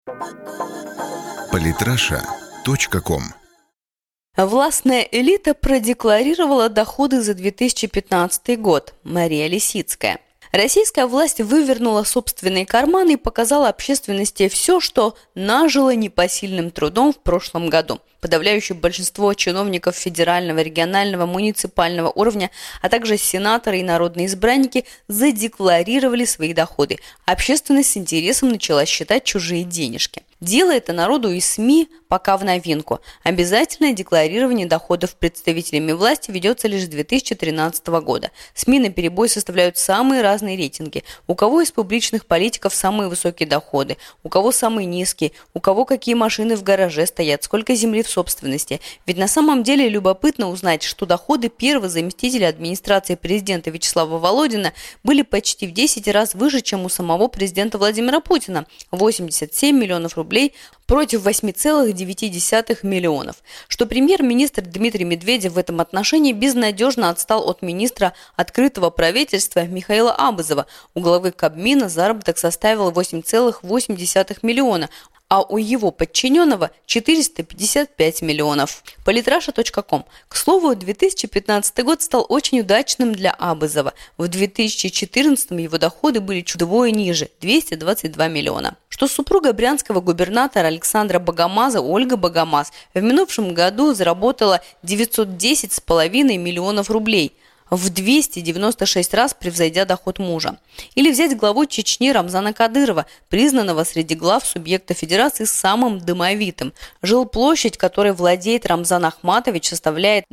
Политраша.ком. Властная элита продекларировала доходы за 2015 год. Мария Лисицкая. Российская власть вывернула собственные карманы и показала общественности все, что нажило непосильным трудом в прошлом году. Подавляющее большинство чиновников федерального, регионального, муниципального уровня, а также сенаторы и народные избранники задекларировали свои доходы. Общественность с интересом начала считать чужие денежки. Дело это народу и СМИ пока в новинку. Обязательное декларирование доходов представителями власти ведется лишь с 2013 года. СМИ наперебой составляют самые разные рейтинги. У кого из публичных политиков самые высокие доходы, у кого самые низкие, у кого какие машины в гараже стоят, сколько земли в собственности. Ведь на самом деле любопытно узнать, что доходы первого заместителя администрации президента Вячеслава Володина были почти в 10 раз выше, чем у самого президента Владимира Путина – 87 миллионов рублей против 8,9 миллионов. Что премьер-министр Дмитрий Медведев в этом отношении безнадежно отстал от министра открытого правительства Михаила Абызова. У главы Кабмина заработок составил 8,8 миллиона, а у его подчиненного 455 миллионов. Политраша.ком. К слову, 2015 год стал очень удачным для Абызова. В 2014 его доходы были чуть вдвое ниже – 222 миллиона. Что супруга брянского губернатора Александра Богомаза, Ольга Богомаз, в минувшем году заработала 910,5 миллионов рублей, в 296 раз превзойдя доход мужа. Или взять главу Чечни Рамзана Кадырова, признанного среди глав субъекта федерации самым дымовитым. Жилплощадь, которой владеет Рамзан Ахматович, составляет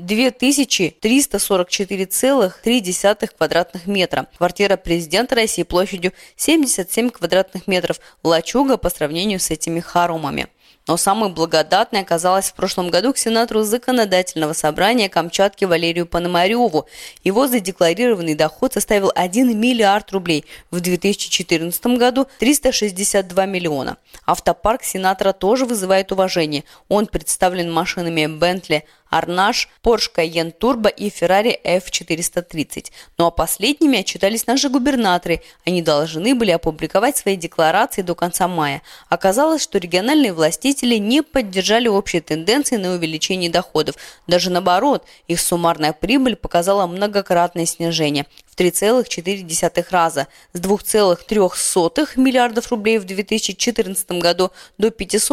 2344,3 квадратных метра. Квартира президента России площадью 77 квадратных метров. Лачуга по сравнению с этими хоромами. Но самой благодатной оказалась в прошлом году к сенатору Законодательного собрания Камчатки Валерию Пономареву. Его задекларированный доход составил 1 миллиард рублей, в 2014 году 362 миллиона. Автопарк сенатора тоже вызывает уважение. Он представлен машинами Bentley Arnage, Porsche Cayenne Turbo и Ferrari F430. Ну а последними отчитались наши губернаторы. Они должны были опубликовать свои декларации до конца мая. Оказалось, что региональные властители не поддержали общие тенденции на увеличение доходов. Даже наоборот, их суммарная прибыль показала многократное снижение в 3,4 раза с 2,3 миллиардов рублей в 2014 году до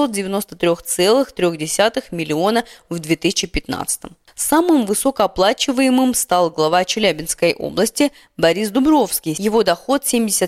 593,3 миллиона в 2015. Самым высокооплачиваемым стал глава Челябинской области Борис Дубровский. Его доход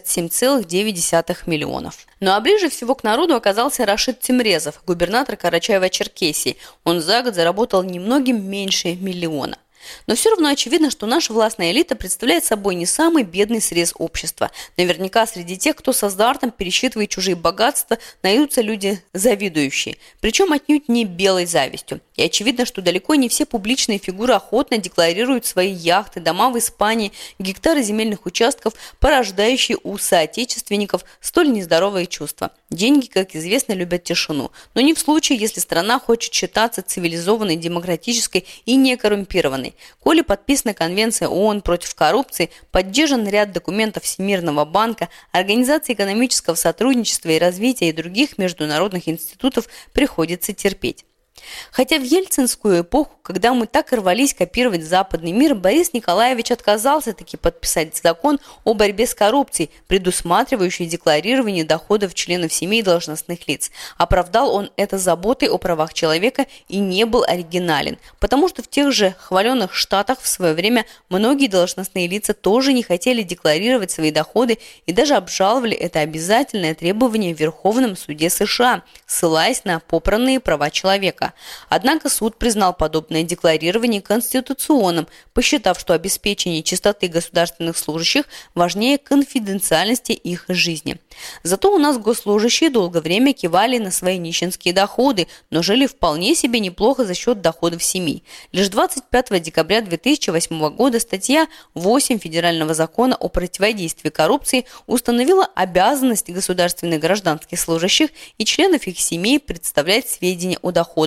77,9 миллионов. Ну а ближе всего к народу оказался Рашид Тимрезов, губернатор Карачаево-Черкесии. Он за год заработал немногим меньше миллиона. Но все равно очевидно, что наша властная элита представляет собой не самый бедный срез общества. Наверняка среди тех, кто с азартом пересчитывает чужие богатства, найдутся люди завидующие, причем отнюдь не белой завистью. И очевидно, что далеко не все публичные фигуры охотно декларируют свои яхты, дома в Испании, гектары земельных участков, порождающие у соотечественников столь нездоровые чувства. Деньги, как известно, любят тишину, но не в случае, если страна хочет считаться цивилизованной, демократической и некоррумпированной. Коли подписана Конвенция ООН против коррупции, поддержан ряд документов Всемирного банка, Организации экономического сотрудничества и развития и других международных институтов, приходится терпеть. Хотя в ельцинскую эпоху, когда мы так рвались копировать западный мир, Борис Николаевич отказался таки подписать закон о борьбе с коррупцией, предусматривающий декларирование доходов членов семей должностных лиц. Оправдал он это заботой о правах человека и не был оригинален, потому что в тех же хваленных Штатах в свое время многие должностные лица тоже не хотели декларировать свои доходы и даже обжаловали это обязательное требование в Верховном суде США, ссылаясь на попранные права человека. Однако суд признал подобное декларирование конституционным, посчитав, что обеспечение чистоты государственных служащих важнее конфиденциальности их жизни. Зато у нас госслужащие долгое время кивали на свои нищенские доходы, но жили вполне себе неплохо за счет доходов семей. Лишь 25 декабря 2008 года статья 8 Федерального закона о противодействии коррупции установила обязанность государственных гражданских служащих и членов их семей представлять сведения о доходах,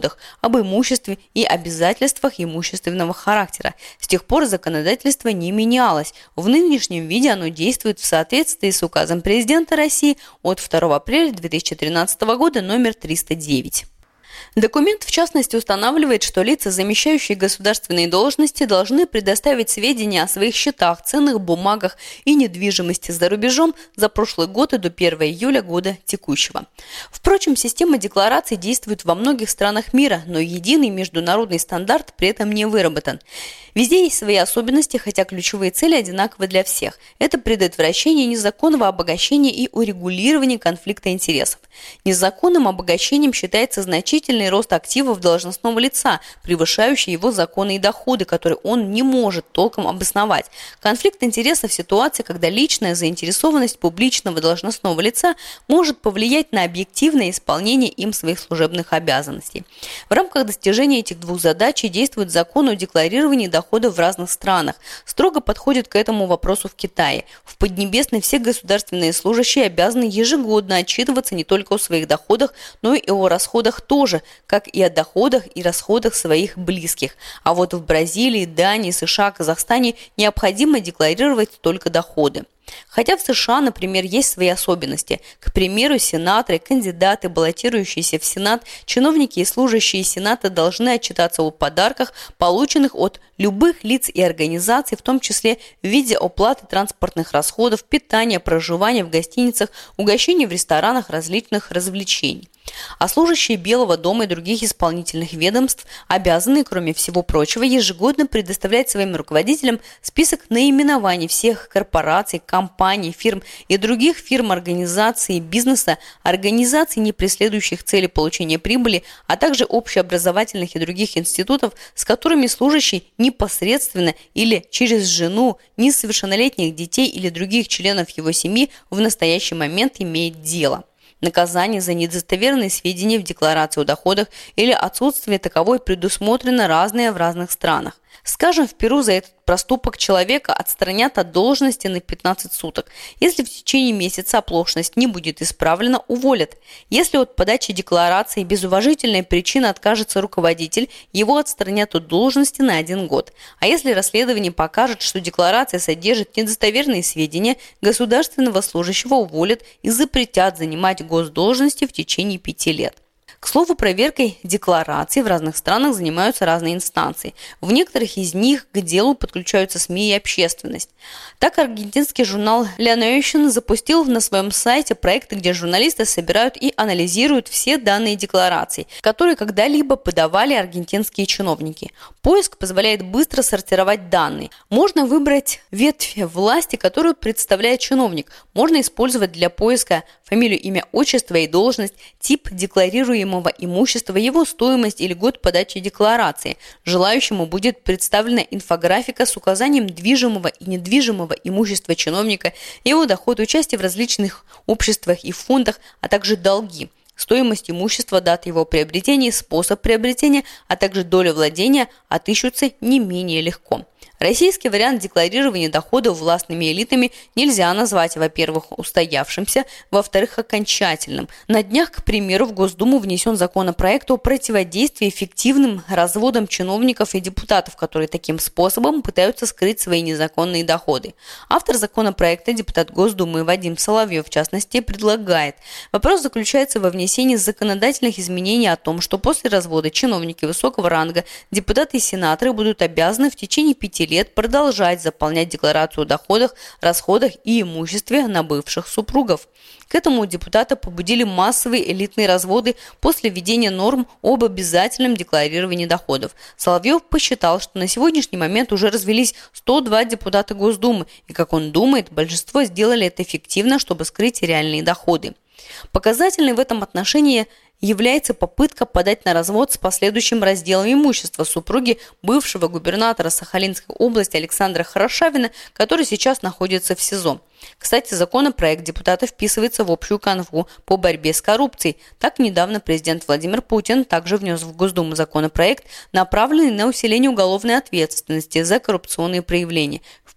доходах, об имуществе и обязательствах имущественного характера. С тех пор законодательство не менялось. В нынешнем виде оно действует в соответствии с указом президента России от 2 апреля 2013 года номер 309. Документ, в частности, устанавливает, что лица, замещающие государственные должности, должны предоставить сведения о своих счетах, ценных бумагах и недвижимости за рубежом за прошлый год и до 1 июля года текущего. Впрочем, система деклараций действует во многих странах мира, но единый международный стандарт при этом не выработан. Везде есть свои особенности, хотя ключевые цели одинаковы для всех. Это предотвращение незаконного обогащения и урегулирование конфликта интересов. Незаконным обогащением считается значительный рост активов должностного лица, превышающий его законные доходы, которые он не может толком обосновать. Конфликт интересов – ситуация, когда личная заинтересованность публичного должностного лица может повлиять на объективное исполнение им своих служебных обязанностей. В рамках достижения этих двух задач действует закон о декларировании доходов в разных странах. Строго подходит к этому вопросу в Китае. В Поднебесной все государственные служащие обязаны ежегодно отчитываться не только о своих доходах, но и о расходах тоже, как и о доходах и расходах своих близких. А вот в Бразилии, Дании, США, Казахстане необходимо декларировать только доходы. Хотя в США, например, есть свои особенности. К примеру, сенаторы, кандидаты, баллотирующиеся в Сенат, чиновники и служащие Сената должны отчитаться о подарках, полученных от любых лиц и организаций, в том числе в виде оплаты транспортных расходов, питания, проживания в гостиницах, угощений в ресторанах, различных развлечений. А служащие Белого дома и других исполнительных ведомств обязаны, кроме всего прочего, ежегодно предоставлять своим руководителям список наименований всех корпораций, компаний, фирм и других фирм, организаций, бизнеса, организаций, не преследующих цели получения прибыли, а также общеобразовательных и других институтов, с которыми служащий непосредственно или через жену, несовершеннолетних детей или других членов его семьи в настоящий момент имеет дело. Наказание за недостоверные сведения в декларации о доходах или отсутствие таковой предусмотрено разное в разных странах. Скажем, в Перу за этот проступок человека отстранят от должности на 15 суток. Если в течение месяца оплошность не будет исправлена, уволят. Если от подачи декларации без уважительной причины откажется руководитель, его отстранят от должности на 1 год. А если расследование покажет, что декларация содержит недостоверные сведения, государственного служащего уволят и запретят занимать госдолжности в течение 5 лет. К слову, проверкой деклараций в разных странах занимаются разные инстанции. В некоторых из них к делу подключаются СМИ и общественность. Так, аргентинский журнал La Nación запустил на своем сайте проект, где журналисты собирают и анализируют все данные деклараций, которые когда-либо подавали аргентинские чиновники. Поиск позволяет быстро сортировать данные. Можно выбрать ветвь власти, которую представляет чиновник. Можно использовать для поиска фамилию, имя, отчество и должность, тип декларируемого имущества, его стоимость или год подачи декларации. Желающему будет представлена инфографика с указанием движимого и недвижимого имущества чиновника, его доход, участие в различных обществах и фондах, а также долги. Стоимость имущества, дата его приобретения, способ приобретения, а также доля владения отыщутся не менее легко. Российский вариант декларирования доходов властными элитами нельзя назвать, во-первых, устоявшимся, во-вторых, окончательным. На днях, к примеру, в Госдуму внесен законопроект о противодействии эффективным разводам чиновников и депутатов, которые таким способом пытаются скрыть свои незаконные доходы. Автор законопроекта, депутат Госдумы Вадим Соловьев, в частности, предлагает. Вопрос заключается во внесении законодательных изменений о том, что после развода чиновники высокого ранга, депутаты и сенаторы будут обязаны в течение 5 лет продолжать заполнять декларацию о доходах, расходах и имуществе на бывших супругов. К этому депутата побудили массовые элитные разводы после введения норм об обязательном декларировании доходов. Соловьев посчитал, что на сегодняшний момент уже развелись 102 депутата Госдумы, и, как он думает, большинство сделали это эффективно, чтобы скрыть реальные доходы. Показательной в этом отношении является попытка подать на развод с последующим разделом имущества супруги бывшего губернатора Сахалинской области Александра Хорошавина, который сейчас находится в СИЗО. Кстати, законопроект депутата вписывается в общую канву по борьбе с коррупцией. Так, недавно президент Владимир Путин также внес в Госдуму законопроект, направленный на усиление уголовной ответственности за коррупционные проявления. В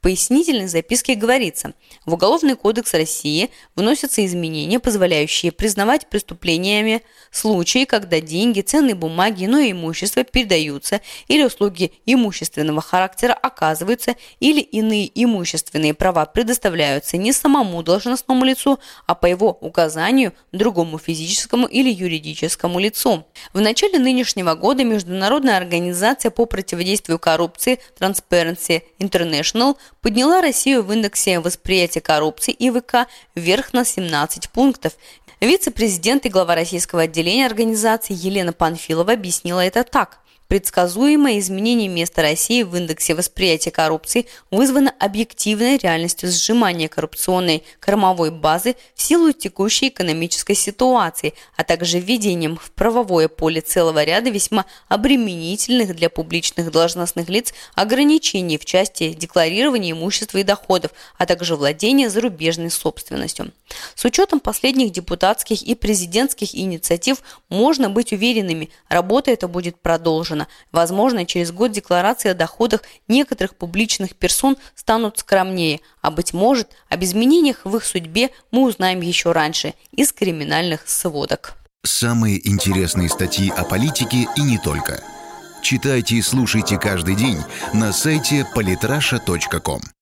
пояснительной записке говорится: в Уголовный кодекс России вносятся изменения, позволяющие признавать преступлениями случаи, когда деньги, ценные бумаги, иное имущество передаются или услуги имущественного характера оказываются или иные имущественные права предоставляются не самому должностному лицу, а по его указанию другому физическому или юридическому лицу. В начале нынешнего года Международная организация по противодействию коррупции Transparency International подняла Россию в индексе восприятия коррупции ИВК вверх на 17 пунктов. Вице-президент и глава российского отделения организации Елена Панфилова объяснила это так. Предсказуемое изменение места России в индексе восприятия коррупции вызвано объективной реальностью сжимания коррупционной кормовой базы в силу текущей экономической ситуации, а также введением в правовое поле целого ряда весьма обременительных для публичных должностных лиц ограничений в части декларирования имущества и доходов, а также владения зарубежной собственностью. С учетом последних депутатских и президентских инициатив можно быть уверенными, работа эта будет продолжена. Возможно, через год декларации о доходах некоторых публичных персон станут скромнее, а быть может, об изменениях в их судьбе мы узнаем еще раньше из криминальных сводок. Самые интересные статьи о политике и не только. Читайте и слушайте каждый день на сайте politrasha.com.